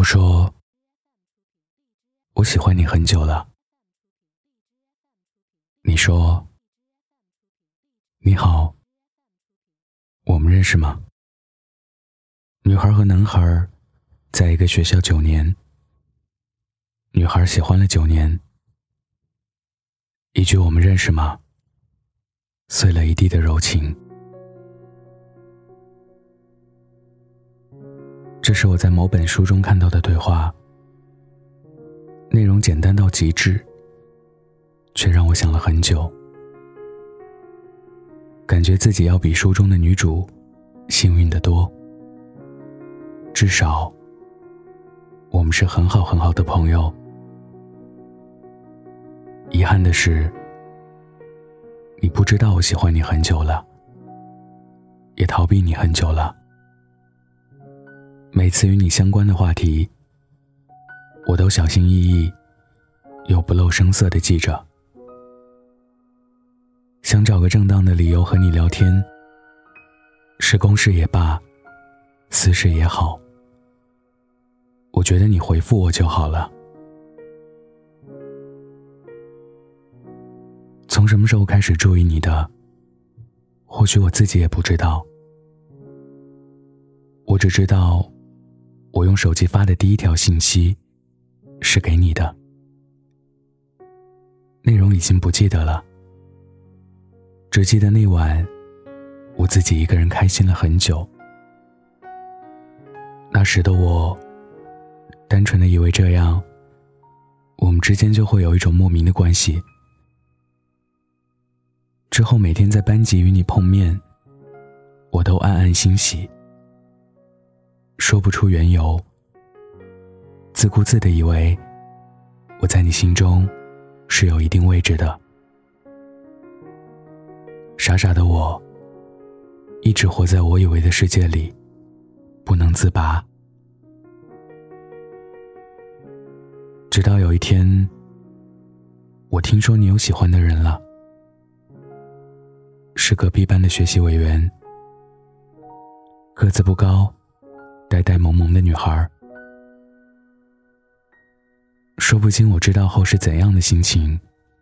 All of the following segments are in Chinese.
我说，我喜欢你很久了。你说，你好，我们认识吗？女孩和男孩在一个学校9年，女孩喜欢了9年，一句我们认识吗，碎了一地的柔情。这是我在某本书中看到的对话，内容简单到极致，却让我想了很久，感觉自己要比书中的女主幸运得多。至少我们是很好很好的朋友。遗憾的是，你不知道我喜欢你很久了，也逃避你很久了。每次与你相关的话题，我都小心翼翼又不露声色地记着，想找个正当的理由和你聊天，是公事也罢，私事也好，我觉得你回复我就好了。从什么时候开始注意你的，或许我自己也不知道。我只知道，我用手机发的第一条信息是给你的，内容已经不记得了，只记得那晚我自己一个人开心了很久。那时的我单纯的以为这样我们之间就会有一种莫名的关系。之后每天在班级与你碰面，我都暗暗欣喜，说不出缘由，自顾自地以为我在你心中是有一定位置的。傻傻的我一直活在我以为的世界里，不能自拔。直到有一天，我听说你有喜欢的人了，是隔壁班的学习委员，个子不高，呆呆萌萌的女孩。说不清我知道后是怎样的心情，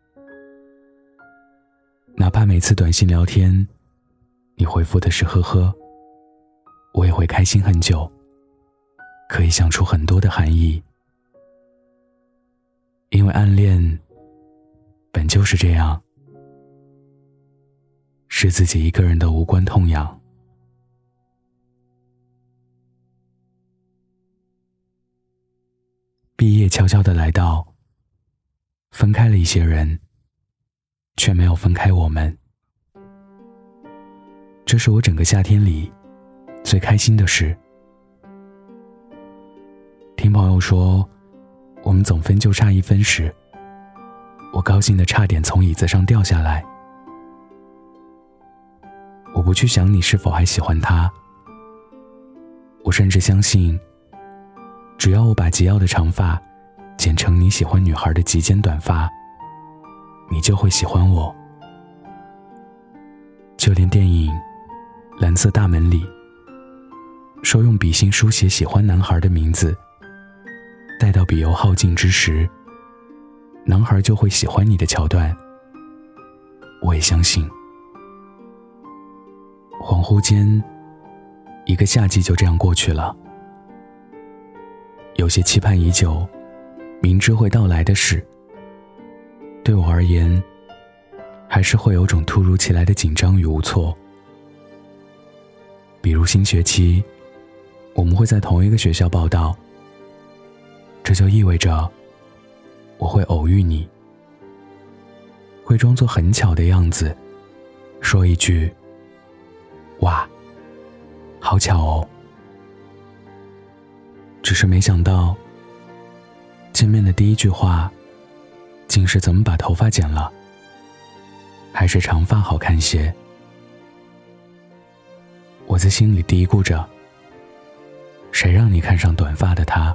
哪怕每次短信聊天你回复的是呵呵，我也会开心很久，可以想出很多的含义。因为暗恋本就是这样，是自己一个人的无关痛痒。毕业悄悄地来到，分开了一些人，却没有分开我们。这是我整个夏天里最开心的事。听朋友说，我们总分就差1分时，我高兴得差点从椅子上掉下来。我不去想你是否还喜欢他，我甚至相信，只要我把及腰的长发剪成你喜欢女孩的及肩短发，你就会喜欢我。就连电影《蓝色大门》里说用笔芯书写喜欢男孩的名字，待到笔油耗尽之时，男孩就会喜欢你的桥段，我也相信。恍惚间，一个夏季就这样过去了。有些期盼已久，明知会到来的事，对我而言，还是会有种突如其来的紧张与无措。比如新学期，我们会在同一个学校报到，这就意味着我会偶遇你，会装作很巧的样子，说一句：哇，好巧哦。只是没想到，见面的第一句话竟是怎么把头发剪了，还是长发好看些。我在心里嘀咕着，谁让你看上短发的他。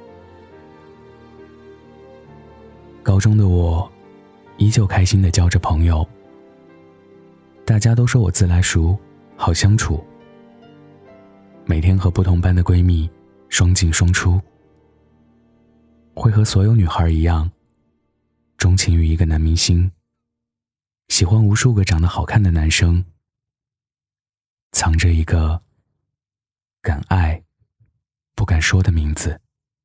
高中的我依旧开心地交着朋友，大家都说我自来熟，好相处，每天和不同班的闺蜜双进双出， 会和所有女孩一样，钟情于一个男明星，喜欢无数个长得好看的男生，藏着一个敢爱不敢说的名字。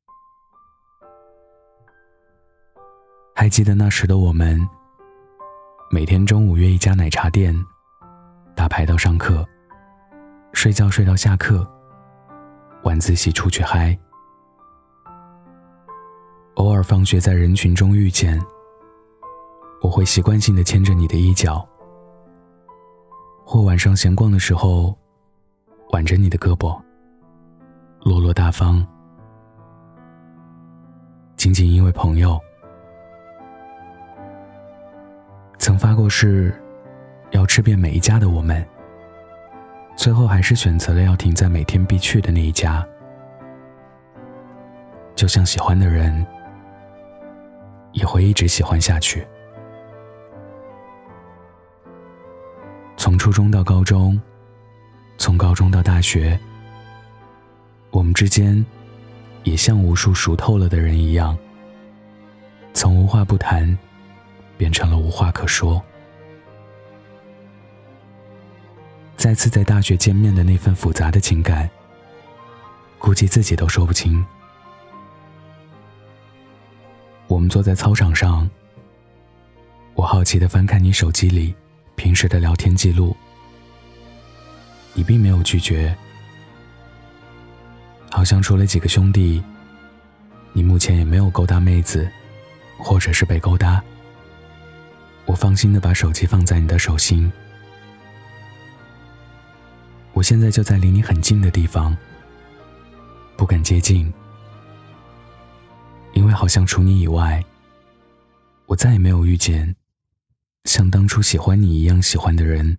还记得那时的我们，每天中午约一家奶茶店，打牌到上课，睡觉睡到下课，晚自习出去嗨。偶尔放学在人群中遇见，我会习惯性地牵着你的衣角，或晚上闲逛的时候挽着你的胳膊，落落大方。仅仅因为朋友。曾发过誓要吃遍每一家的我们，最后还是选择了要停在每天必去的那一家。就像喜欢的人也会一直喜欢下去。从初中到高中，从高中到大学，我们之间也像无数熟透了的人一样，从无话不谈变成了无话可说。再次在大学见面的那份复杂的情感，估计自己都说不清。我们坐在操场上，我好奇地翻看你手机里平时的聊天记录，你并没有拒绝，好像除了几个兄弟，你目前也没有勾搭妹子，或者是被勾搭。我放心地把手机放在你的手心，我现在就在离你很近的地方，不敢接近，因为好像除你以外，我再也没有遇见像当初喜欢你一样喜欢的人。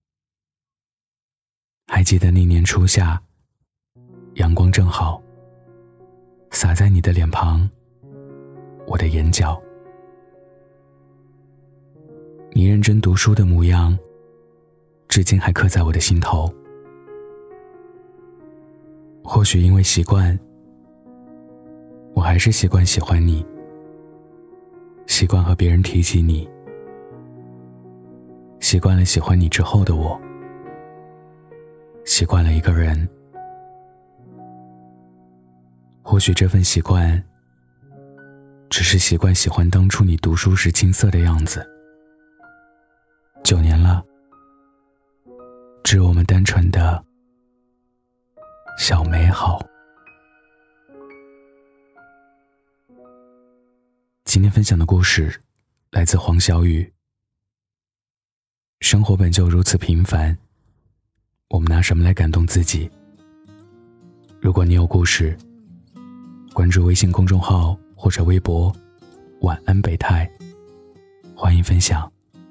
还记得那年初夏，阳光正好洒在你的脸庞，我的眼角，你认真读书的模样至今还刻在我的心头。或许因为习惯，我还是习惯喜欢你，习惯和别人提起你，习惯了喜欢你之后的我，习惯了一个人。或许这份习惯只是习惯喜欢当初你读书时青涩的样子。9年了，致我们单纯的小美好。今天分享的故事来自黄小雨。生活本就如此平凡，我们拿什么来感动自己？如果你有故事，关注微信公众号或者微博晚安北太，欢迎分享。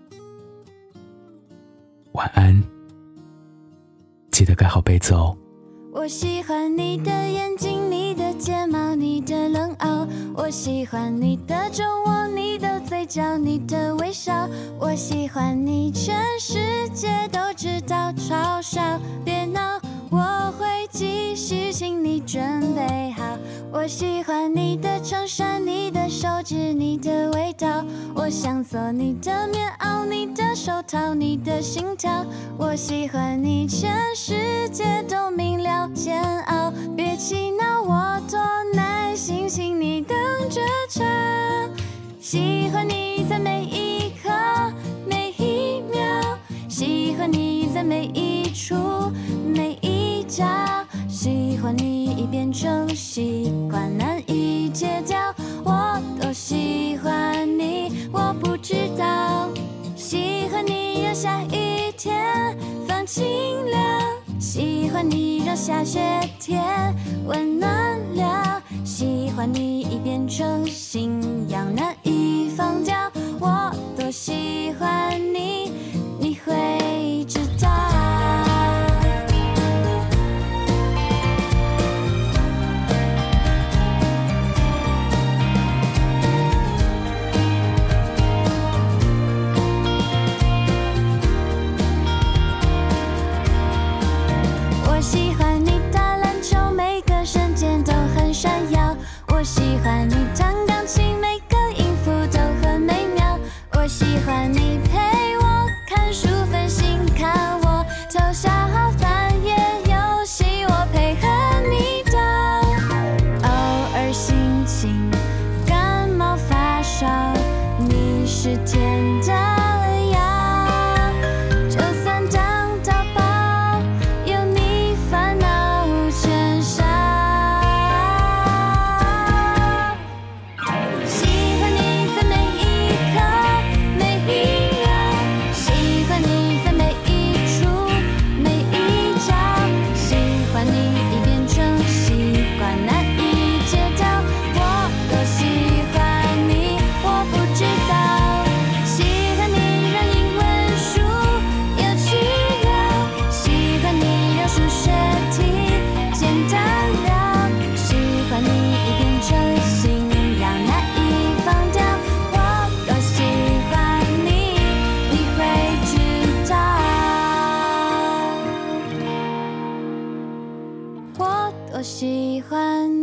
晚安，记得盖好被子哦。 我喜欢你的眼睛，你的睫毛，你的冷傲，我喜欢你的酒窝，你的嘴角，你的微笑，我喜欢你全世界都知道，嘲笑别闹，我会继续，请你准备好。我喜欢你的衬衫，你的手指，你的味道，我想做你的棉袄，你的手套，你的心跳，我喜欢你全世界都明了，煎熬别气恼，我多耐心，请你等着瞧。喜欢你在每一刻每一秒，喜欢你在每一处每一角，喜欢你已变成习惯难以戒掉，我多喜欢你我不知道。喜欢你让下雨天放晴了，喜欢你让下雪天温暖了，喜欢你已变成信仰难以放掉，我多喜欢你你会知道。我喜欢你打篮球，每个瞬间都很闪耀，我喜欢你喜欢